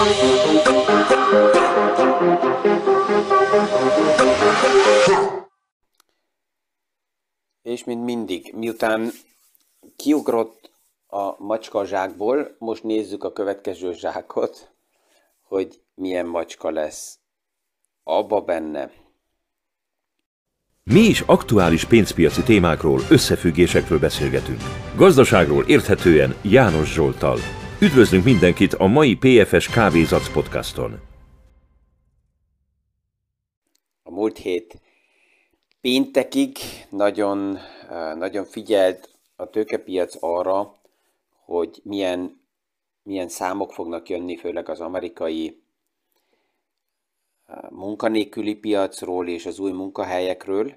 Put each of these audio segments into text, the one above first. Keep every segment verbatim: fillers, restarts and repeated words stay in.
És mint mindig, miután kiugrott a macska zsákból, most nézzük a következő zsákot, hogy milyen macska lesz abba benne. Mi is aktuális pénzpiaci témákról, összefüggésekről beszélgetünk. Gazdaságról érthetően János Zsolttal. Üdvözlünk mindenkit a mai pé ef es Kávézac podcaston. A múlt hét péntekig nagyon, nagyon figyelt a tőkepiac arra, hogy milyen, milyen számok fognak jönni, főleg az amerikai munkanélküli piacról és az új munkahelyekről.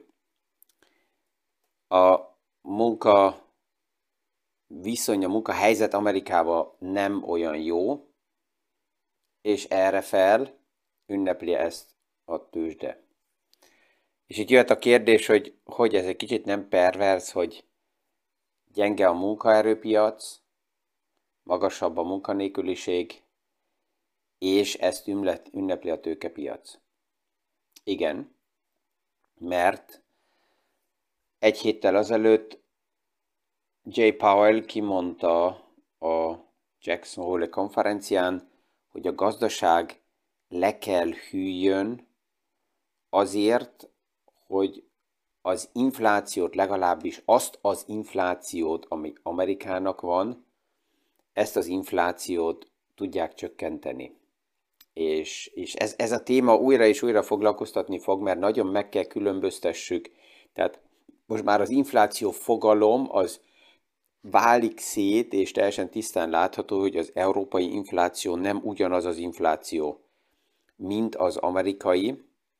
A munka viszony, a munkahelyzet Amerikában nem olyan jó, és erre fel ünnepli ezt a tőzsde. És itt jöhet a kérdés, hogy, hogy ez egy kicsit nem pervers, hogy gyenge a munkaerőpiac, magasabb a munkanélküliség, és ezt ünnepli a tőkepiac. Igen, mert egy héttel azelőtt Jay Powell kimondta a Jackson Hole konferencián, hogy a gazdaság le kell hűljön azért, hogy az inflációt, legalábbis azt az inflációt, ami Amerikának van, ezt az inflációt tudják csökkenteni. És, és ez, ez a téma újra és újra foglalkoztatni fog, mert nagyon meg kell különböztessük. Tehát most már az infláció fogalom az válik szét, és teljesen tisztán látható, hogy az európai infláció nem ugyanaz az infláció, mint az amerikai.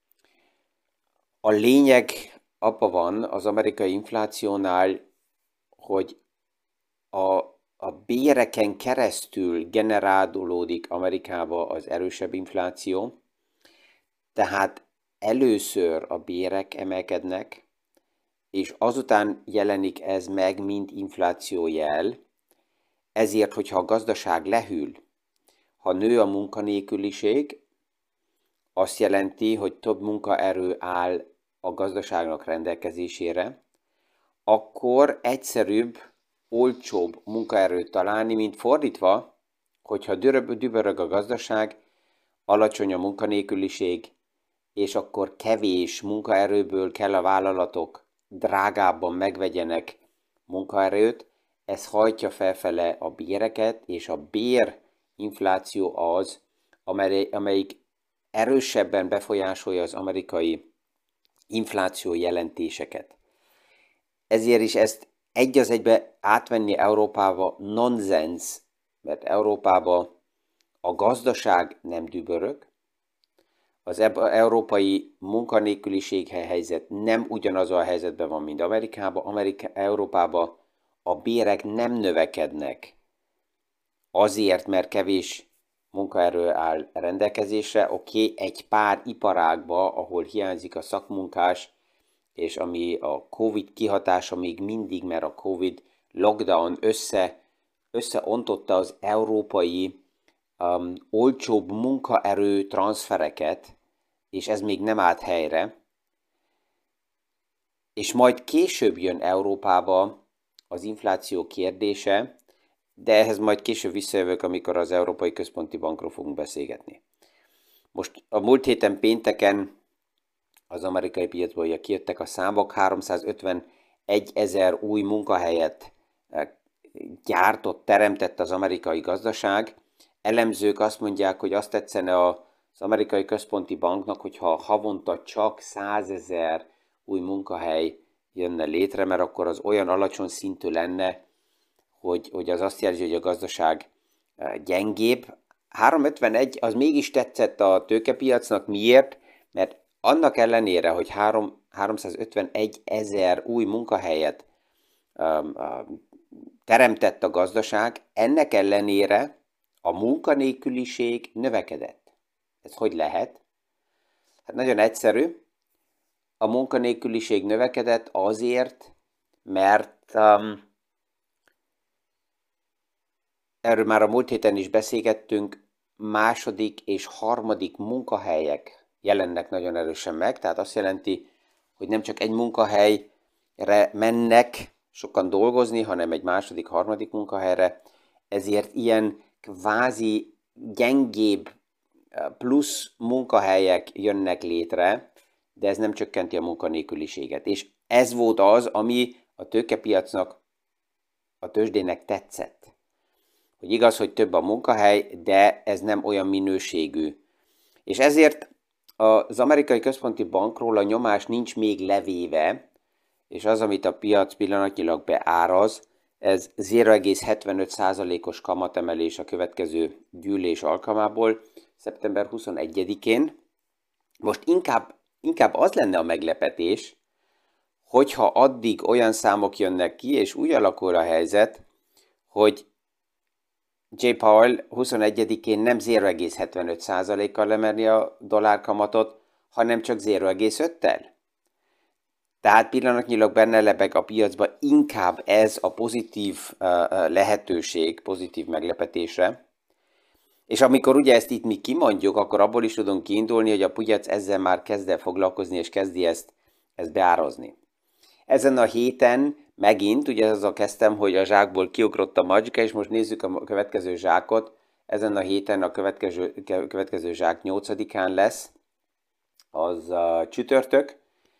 A lényeg abban van az amerikai inflációnál, hogy a, a béreken keresztül generálódik Amerikába az erősebb infláció, tehát először a bérek emelkednek, és azután jelenik ez meg, mint inflációjel, ezért, hogyha a gazdaság lehűl, ha nő a munkanélküliség, azt jelenti, hogy több munkaerő áll a gazdaságnak rendelkezésére, akkor egyszerűbb, olcsóbb munkaerőt találni, mint fordítva, hogyha dübörög a gazdaság, alacsony a munkanélküliség, és akkor kevés munkaerőből kell a vállalatok drágábban megvegyenek munkaerőt, ez hajtja felfele a béreket, és a bérinfláció az, amelyik erősebben befolyásolja az amerikai infláció jelentéseket. Ezért is ezt egy az egybe átvenni Európába nonsens, mert Európában a gazdaság nem dübörög, az európai munkanélküliség helyzet nem ugyanaz a helyzetben van, mint Amerikában. Amerika, Európában a bérek nem növekednek azért, mert kevés munkaerő áll rendelkezésre. Oké, okay, egy pár iparágban, ahol hiányzik a szakmunkás, és ami a Covid kihatása még mindig, mert a Covid lockdown össze, összeontotta az európai um, olcsóbb munkaerő transfereket, és ez még nem állt helyre. És majd később jön Európába az infláció kérdése, de ehhez majd később visszajövök, amikor az Európai Központi Bankról fogunk beszélgetni. Most a múlt héten pénteken az amerikai piacból ugye kijöttek a számok, háromszázötvenegy ezer új munkahelyet gyártott, teremtett az amerikai gazdaság. Elemzők azt mondják, hogy azt tetszene az Amerikai Központi Banknak, hogyha havonta csak százezer új munkahely jönne létre, mert akkor az olyan alacsony szintű lenne, hogy, hogy az azt jelzi, hogy a gazdaság gyengébb. háromszázötvenegy az mégis tetszett a tőkepiacnak. Miért? Mert annak ellenére, hogy háromszázötvenegy ezer új munkahelyet um, um, teremtett a gazdaság, ennek ellenére a munkanélküliség növekedett. Ez hogy lehet? Hát nagyon egyszerű. A munkanélküliség növekedett azért, mert um, erről már a múlt héten is beszélgettünk, második és harmadik munkahelyek jelennek nagyon erősen meg, tehát azt jelenti, hogy nem csak egy munkahelyre mennek sokan dolgozni, hanem egy második, harmadik munkahelyre, ezért ilyen kvázi gyengébb plusz munkahelyek jönnek létre, de ez nem csökkenti a munkanélküliséget. És ez volt az, ami a tőkepiacnak, a tőzsdének tetszett. Hogy igaz, hogy több a munkahely, de ez nem olyan minőségű. És ezért az amerikai központi bankról a nyomás nincs még levéve, és az, amit a piac pillanatnyilag beáraz, ez nulla egész hetvenöt százalékos kamatemelés a következő gyűlés alkalmából, szeptember huszonegyedikén. Most inkább, inkább az lenne a meglepetés, hogyha addig olyan számok jönnek ki, és úgy alakul a helyzet, hogy Jay Powell huszonegyedikén nem nulla egész hetvenöt százalékkal emelni a dollárkamatot, hanem csak nulla egész öttel. Tehát pillanatnyilag benne lebeg a piacban inkább ez a pozitív uh, lehetőség, pozitív meglepetésre. És amikor ugye ezt itt mi kimondjuk, akkor abból is tudunk kiindulni, hogy a piac ezzel már kezd el foglalkozni, és kezdi ezt, ezt beárazni. Ezen a héten megint, ugye azzal kezdtem, hogy a zsákból kiugrott a macska, és most nézzük a következő zsákot. Ezen a héten a következő, következő zsák nyolcadikán lesz, az uh, csütörtök,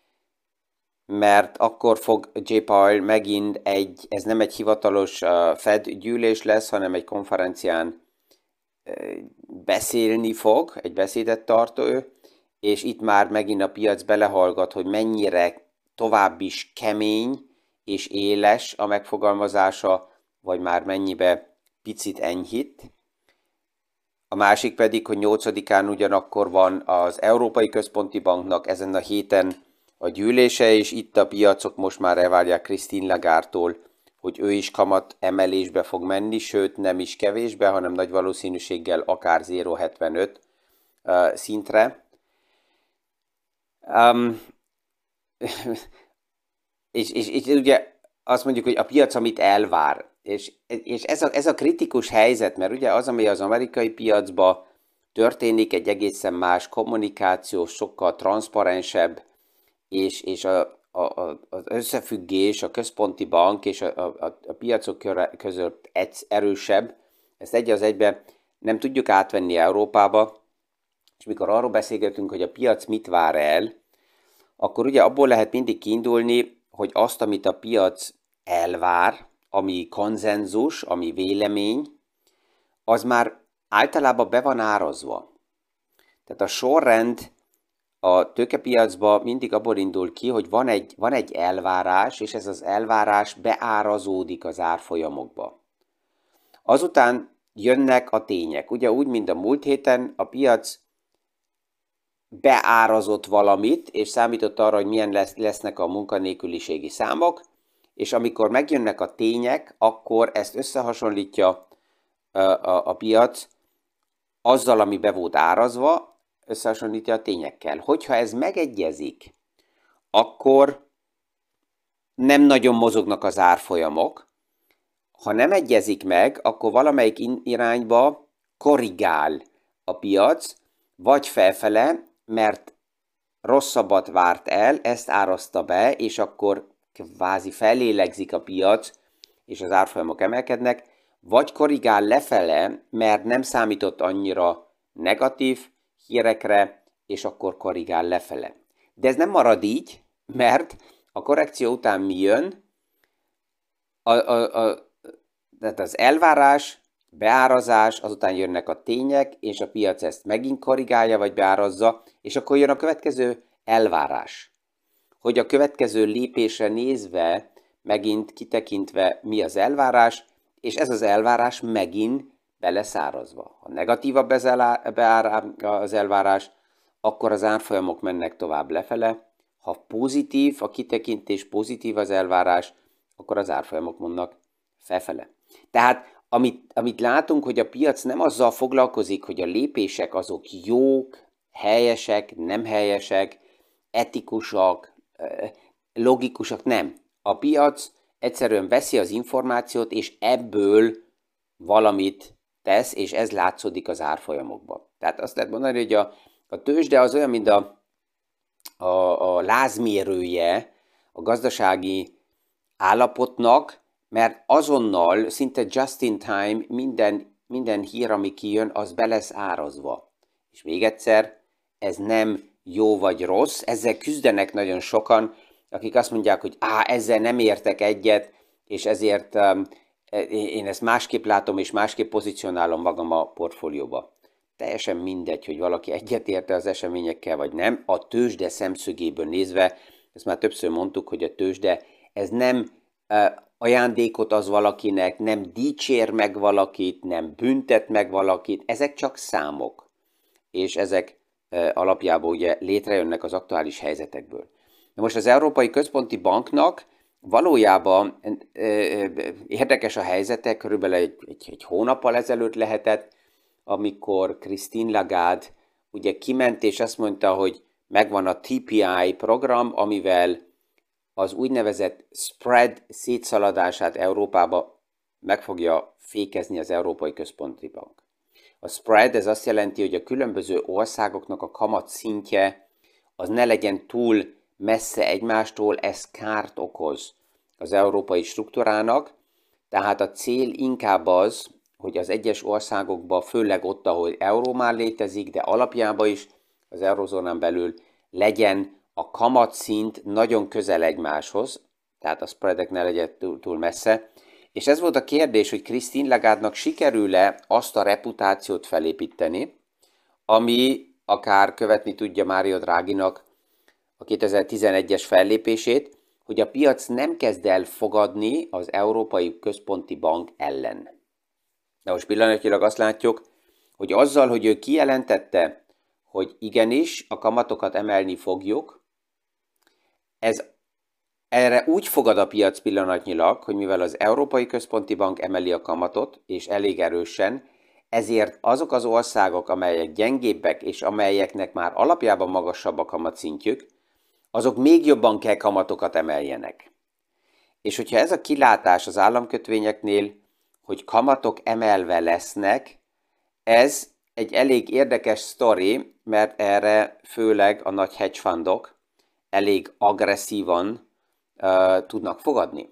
mert akkor fog Jay Powell megint egy, ez nem egy hivatalos uh, Fed gyűlés lesz, hanem egy konferencián uh, beszélni fog, egy beszédet tart ő, és itt már megint a piac belehallgat, hogy mennyire tovább is kemény és éles a megfogalmazása, vagy már mennyibe picit enyhít. A másik pedig, hogy nyolcadikán ugyanakkor van az Európai Központi Banknak ezen a héten a gyűlése, és itt a piacok most már elvárják Christine Lagarde-tól, hogy ő is kamat emelésbe fog menni, sőt nem is kevésbe, hanem nagy valószínűséggel akár nulla egész hetvenöt uh, szintre. Um, és, és, és ugye azt mondjuk, hogy a piac, amit elvár, és, és ez, a, ez a kritikus helyzet, mert ugye az, ami az amerikai piacban történik, egy egészen más kommunikáció, sokkal transzparensebb, és, és a, a, a, az összefüggés, a központi bank és a, a, a piacok között erősebb, ezt egy az egyben nem tudjuk átvenni Európába, és mikor arról beszélgetünk, hogy a piac mit vár el, akkor ugye abból lehet mindig kiindulni, hogy azt, amit a piac elvár, ami konzenzus, ami vélemény, az már általában be van árazva. Tehát a sorrend a tőkepiacban mindig abból indul ki, hogy van egy, van egy elvárás, és ez az elvárás beárazódik az árfolyamokba. Azután jönnek a tények. Ugye úgy, mint a múlt héten a piac beárazott valamit, és számított arra, hogy milyen lesz, lesznek a munkanélküliségi számok, és amikor megjönnek a tények, akkor ezt összehasonlítja a, a, a piac azzal, ami be volt árazva, összehasonlítja a tényekkel. Hogyha ez megegyezik, akkor nem nagyon mozognak az árfolyamok. Ha nem egyezik meg, akkor valamelyik irányba korrigál a piac, vagy felfele, mert rosszabbat várt el, ezt árazta be, és akkor kvázi fellélegzik a piac, és az árfolyamok emelkednek, vagy korrigál lefele, mert nem számított annyira negatív hírekre, és akkor korrigál lefele. De ez nem marad így, mert a korrekció után mi jön? A, a, a, tehát az elvárás, beárazás, azután jönnek a tények, és a piac ezt megint korrigálja, vagy beárazza, és akkor jön a következő elvárás. Hogy a következő lépésre nézve, megint kitekintve mi az elvárás, és ez az elvárás megint be lesz árazva. Ha negatívabb az elvárás, akkor az árfolyamok mennek tovább lefele. Ha pozitív a kitekintés, pozitív az elvárás, akkor az árfolyamok mondnak felfele. Tehát amit, amit látunk, hogy a piac nem azzal foglalkozik, hogy a lépések azok jók, helyesek, nem helyesek, etikusak, logikusak, nem. A piac egyszerűen veszi az információt, és ebből valamit tesz, és ez látszódik az árfolyamokban. Tehát azt lehet mondani, hogy a, a tőzsde az olyan, mint a, a, a lázmérője a gazdasági állapotnak, mert azonnal, szinte just in time minden, minden hír, ami kijön, az be lesz árazva. És még egyszer, ez nem jó vagy rossz, ezzel küzdenek nagyon sokan, akik azt mondják, hogy á, ezzel nem értek egyet, és ezért um, én ezt másképp látom, és másképp pozícionálom magam a portfólióba. Teljesen mindegy, hogy valaki egyetérte az eseményekkel, vagy nem. A tőzsde szemszögéből nézve, ezt már többször mondtuk, hogy a tőzsde, ez nem uh, ajándékot az valakinek, nem dicsér meg valakit, nem büntet meg valakit, ezek csak számok. És ezek uh, alapjából ugye létrejönnek az aktuális helyzetekből. Na most az Európai Központi Banknak valójában érdekes a helyzete, körülbelül egy, egy, egy hónappal ezelőtt lehetett, amikor Christine Lagarde ugye kiment és azt mondta, hogy megvan a té pé i program, amivel az úgynevezett spread szétszaladását Európába meg fogja fékezni az Európai Központi Bank. A spread, ez azt jelenti, hogy a különböző országoknak a kamat szintje az ne legyen túl messze egymástól, ez kárt okoz az európai struktúrának, tehát a cél inkább az, hogy az egyes országokban, főleg ott, ahol euró már létezik, de alapjában is az eurozónán belül legyen a kamatszint nagyon közel egymáshoz, tehát a spreadek ne legyen túl, túl messze. És ez volt a kérdés, hogy Christine Lagarde-nak sikerül-e azt a reputációt felépíteni, ami akár követni tudja Mario Draghinak a kétezer-tizenegyes fellépését, hogy a piac nem kezd el fogadni az Európai Központi Bank ellen. De most pillanatnyilag azt látjuk, hogy azzal, hogy ő kijelentette, hogy igenis a kamatokat emelni fogjuk, ez erre úgy fogad a piac pillanatnyilag, hogy mivel az Európai Központi Bank emeli a kamatot, és elég erősen, ezért azok az országok, amelyek gyengébbek, és amelyeknek már alapjában magasabb a kamatszintjük, azok még jobban kell kamatokat emeljenek. És hogyha ez a kilátás az államkötvényeknél, hogy kamatok emelve lesznek, ez egy elég érdekes sztori, mert erre főleg a nagy hedge fundok elég agresszívan uh, tudnak fogadni.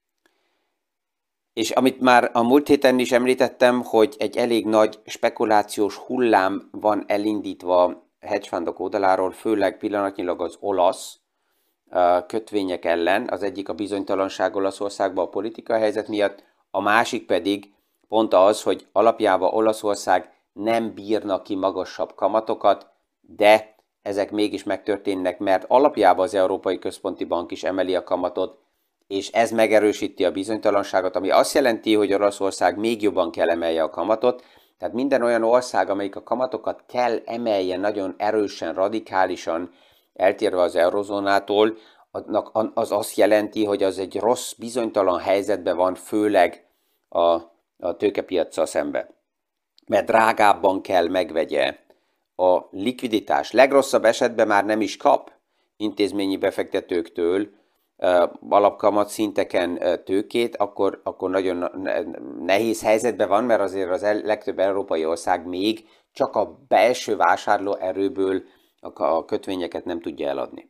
És amit már a múlt héten is említettem, hogy egy elég nagy spekulációs hullám van elindítva hedge fundok oldaláról, főleg pillanatnyilag az olasz uh, kötvények ellen. Az egyik a bizonytalanság Olaszországban a politikai helyzet miatt, a másik pedig pont az, hogy alapjában Olaszország nem bírna ki magasabb kamatokat, de ezek mégis megtörténnek, mert alapjában az Európai Központi Bank is emeli a kamatot, és ez megerősíti a bizonytalanságot, ami azt jelenti, hogy Olaszország még jobban kell emelje a kamatot. Tehát minden olyan ország, amelyik a kamatokat kell emelje nagyon erősen, radikálisan, eltérve az eurozónától, az azt jelenti, hogy az egy rossz, bizonytalan helyzetben van, főleg a, a tőkepiaccal szemben. Mert drágábban kell megvegye a likviditás. Legrosszabb esetben már nem is kap intézményi befektetőktől uh, alapkamat szinteken uh, tőkét, akkor, akkor nagyon nehéz helyzetben van, mert azért az el, legtöbb európai ország még csak a belső vásárlóerőből a, a kötvényeket nem tudja eladni.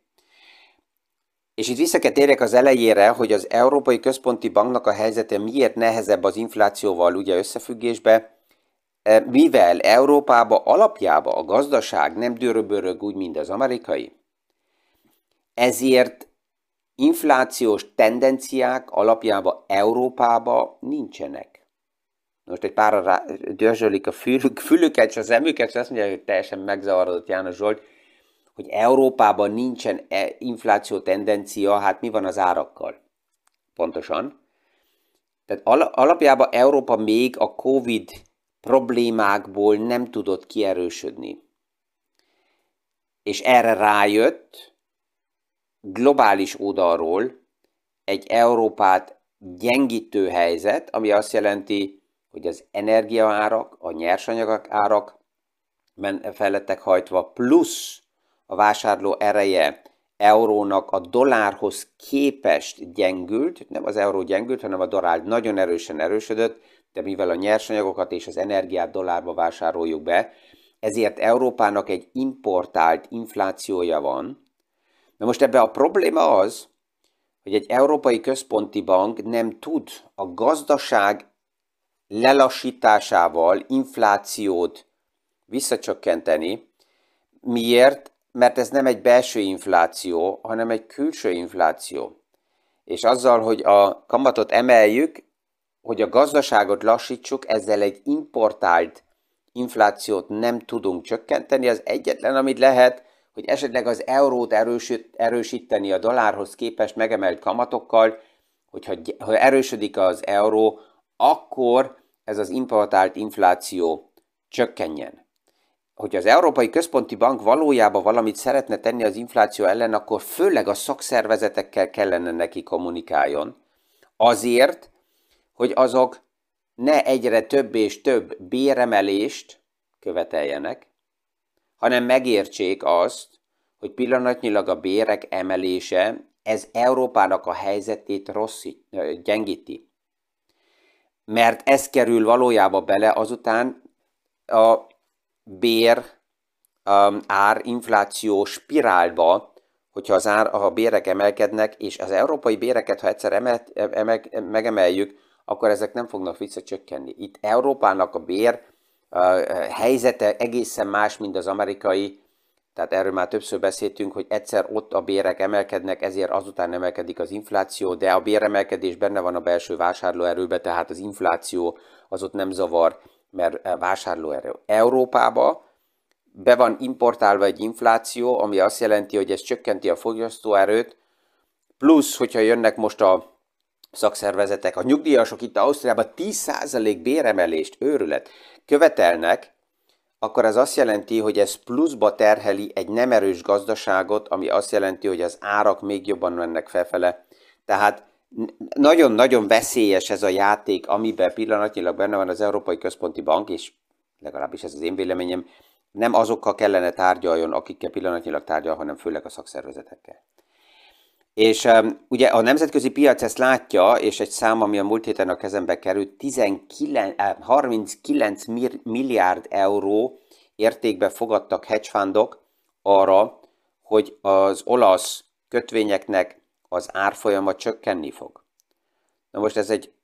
És itt vissza kell térjek az elejére, hogy az Európai Központi Banknak a helyzete miért nehezebb az inflációval ugye összefüggésbe, mivel Európában alapjában a gazdaság nem döröbörög úgy, mint az amerikai, ezért inflációs tendenciák alapjában Európában nincsenek. Most egy párra dörzsölik a fülük, fülüket és a szemüket, és azt mondják, hogy teljesen megzavarodott János Zsolt, hogy Európában nincsen infláció tendencia, hát mi van az árakkal? Pontosan. Tehát alapjában Európa még a Covid problémákból nem tudott kierősödni. És erre rájött globális oldalról egy Európát gyengítő helyzet, ami azt jelenti, hogy az energiaárak, a nyersanyagok árak fel lettek hajtva, plusz a vásárló ereje eurónak a dollárhoz képest gyengült, nem az euró gyengült, hanem a dollár nagyon erősen erősödött, de mivel a nyersanyagokat és az energiát dollárba vásároljuk be, ezért Európának egy importált inflációja van. Na most ebben a probléma az, hogy egy európai központi bank nem tud a gazdaság lelassításával inflációt visszacsökkenteni. Miért? Mert ez nem egy belső infláció, hanem egy külső infláció. És azzal, hogy a kamatot emeljük, hogy a gazdaságot lassítsuk, ezzel egy importált inflációt nem tudunk csökkenteni. Az egyetlen, amit lehet, hogy esetleg az eurót erősít, erősíteni a dollárhoz képest megemelt kamatokkal, hogyha ha erősödik az euró, akkor ez az importált infláció csökkenjen. Hogyha az Európai Központi Bank valójában valamit szeretne tenni az infláció ellen, akkor főleg a szakszervezetekkel kellene neki kommunikáljon. Azért, hogy azok ne egyre több és több béremelést követeljenek, hanem megértsék azt, hogy pillanatnyilag a bérek emelése, ez Európának a helyzetét rosszít, gyengíti. Mert ez kerül valójában bele azután a bér um, ár infláció spirálba, hogyha az ár, a bérek emelkednek, és az európai béreket, ha egyszer emel, emel, megemeljük, akkor ezek nem fognak visszacsökkenni. Itt Európának a bér uh, helyzete egészen más, mint az amerikai, tehát erről már többször beszéltünk, hogy egyszer ott a bérek emelkednek, ezért azután emelkedik az infláció, de a béremelkedés benne van a belső vásárlóerőben, tehát az infláció az ott nem zavar, mert vásárlóerő. Európában be van importálva egy infláció, ami azt jelenti, hogy ez csökkenti a fogyasztóerőt, plusz, hogyha jönnek most a szakszervezetek, a nyugdíjasok itt Ausztriában tíz százalék béremelést, őrület követelnek, akkor ez azt jelenti, hogy ez pluszba terheli egy nem erős gazdaságot, ami azt jelenti, hogy az árak még jobban mennek felfele. Tehát nagyon-nagyon veszélyes ez a játék, amiben pillanatnyilag benne van az Európai Központi Bank, és legalábbis ez az én véleményem, nem azokkal kellene tárgyaljon, akikkel pillanatnyilag tárgyal, hanem főleg a szakszervezetekkel. És um, ugye a nemzetközi piac ezt látja, és egy szám, ami a múlt héten a kezembe került, tizenkilenc, harminckilenc milliárd euró értékbe fogadtak hedge fundok arra, hogy az olasz kötvényeknek az árfolyama csökkenni fog. Na most ez egy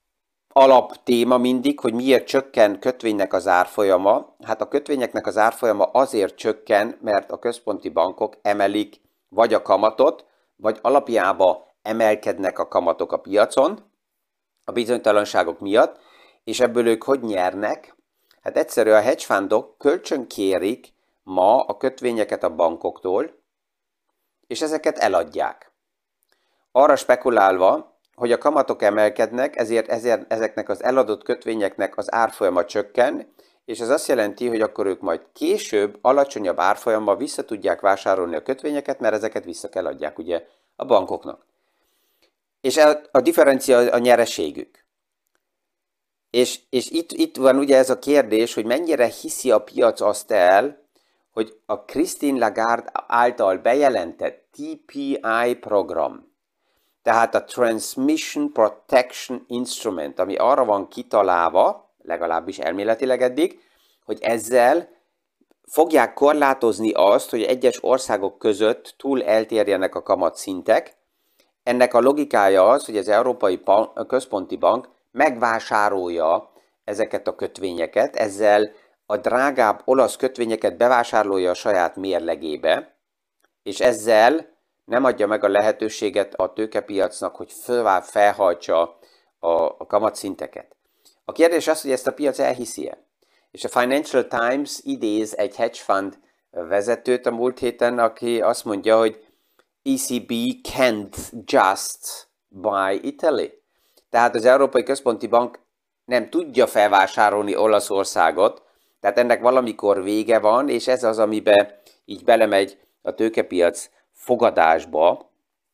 alaptéma mindig, hogy miért csökken kötvénynek az árfolyama. Hát a kötvényeknek az árfolyama azért csökken, mert a központi bankok emelik vagy a kamatot, vagy alapjában emelkednek a kamatok a piacon, a bizonytalanságok miatt, és ebből ők hogy nyernek? Hát egyszerűen a hedge fundok kölcsönkérik ma a kötvényeket a bankoktól, és ezeket eladják. Arra spekulálva, hogy a kamatok emelkednek, ezért, ezért ezeknek az eladott kötvényeknek az árfolyama csökken, és ez azt jelenti, hogy akkor ők majd később alacsonyabb árfolyammal vissza tudják vásárolni a kötvényeket, mert ezeket vissza kell adják ugye a bankoknak. És a, a differencia a nyereségük. És, és itt, itt van ugye ez a kérdés, hogy mennyire hiszi a piac azt el, hogy a Christine Lagarde által bejelentett té pé i program, tehát a Transmission Protection Instrument, ami arra van kitalálva, legalábbis elméletileg eddig, hogy ezzel fogják korlátozni azt, hogy egyes országok között túl eltérjenek a kamatszintek. Ennek a logikája az, hogy az Európai Központi Bank megvásárolja ezeket a kötvényeket, ezzel a drágább olasz kötvényeket bevásárolja a saját mérlegébe, és ezzel nem adja meg a lehetőséget a tőkepiacnak, hogy tovább felhajtsa a, a kamatszinteket. A kérdés az, hogy ezt a piac elhiszi-e. És a Financial Times idéz egy hedge fund vezetőt a múlt héten, aki azt mondja, hogy E C B can't just buy Italy. Tehát az Európai Központi Bank nem tudja felvásárolni Olaszországot, tehát ennek valamikor vége van, és ez az, amiben így belemegy a tőkepiac fogadásba.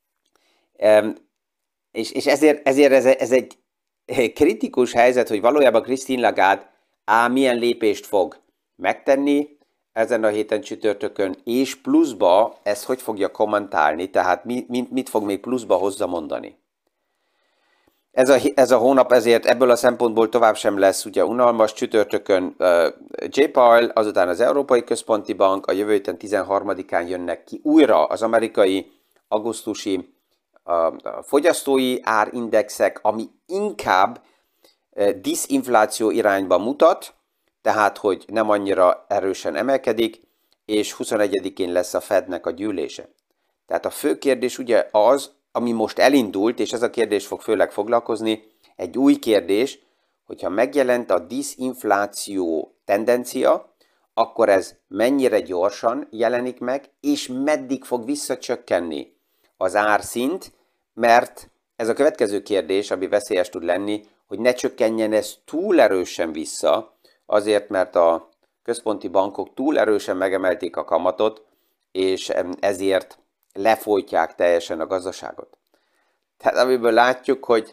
És, és ezért, ezért ez, ez egy kritikus helyzet, hogy valójában Christine Lagarde á, milyen lépést fog megtenni ezen a héten csütörtökön, és pluszba ezt hogy fogja kommentálni, tehát mit, mit fog még pluszba hozzá mondani. Ez a, ez a hónap ezért ebből a szempontból tovább sem lesz ugye unalmas. Csütörtökön uh, Jay Powell, azután az Európai Központi Bank, a jövő héten tizenharmadikán jönnek ki újra az amerikai augusztusi uh, fogyasztói árindexek, ami inkább uh, diszinfláció irányba mutat, tehát hogy nem annyira erősen emelkedik, és huszonegyedikén lesz a Fednek a gyűlése. Tehát a fő kérdés ugye az, ami most elindult, és ez a kérdés fog főleg foglalkozni, egy új kérdés, hogyha megjelent a diszinfláció tendencia, akkor ez mennyire gyorsan jelenik meg, és meddig fog visszacsökkenni az árszint, mert ez a következő kérdés, ami veszélyes tud lenni, hogy ne csökkenjen ez túl erősen vissza, azért, mert a központi bankok túl erősen megemelték a kamatot, és ezért lefolytják teljesen a gazdaságot. Tehát amiből látjuk, hogy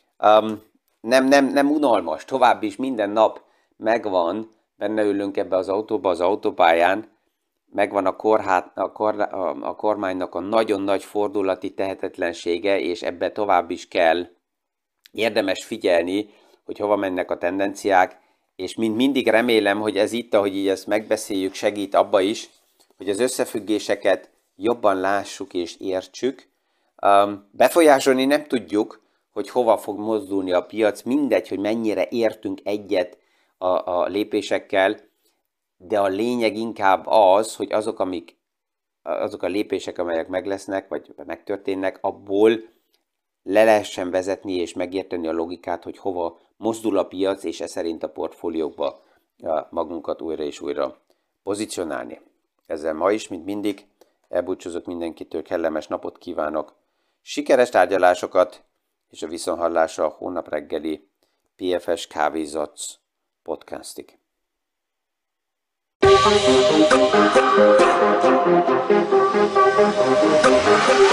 um, nem, nem, nem unalmas, tovább is minden nap megvan, benne ülünk ebbe az autóba, az autópályán, megvan a, korhát, a, kor, a, a kormánynak a nagyon nagy fordulati tehetetlensége, és ebbe tovább is kell érdemes figyelni, hogy hova mennek a tendenciák, és mind, mindig remélem, hogy ez itt, ahogy így ezt megbeszéljük, segít abba is, hogy az összefüggéseket jobban lássuk és értsük. Um, befolyásolni nem tudjuk, hogy hova fog mozdulni a piac, mindegy, hogy mennyire értünk egyet a, a lépésekkel, de a lényeg inkább az, hogy azok, amik, azok a lépések, amelyek meg lesznek, vagy megtörténnek, abból le lehessen vezetni és megérteni a logikát, hogy hova mozdul a piac, és ez szerint a portfóliókba magunkat újra és újra pozícionálni. Ezzel ma is, mint mindig, elbúcsúzok mindenkitől, kellemes napot kívánok, sikeres tárgyalásokat, és a viszonthallásra a hónap reggeli pé ef es Kávézac podcastig. Thank you.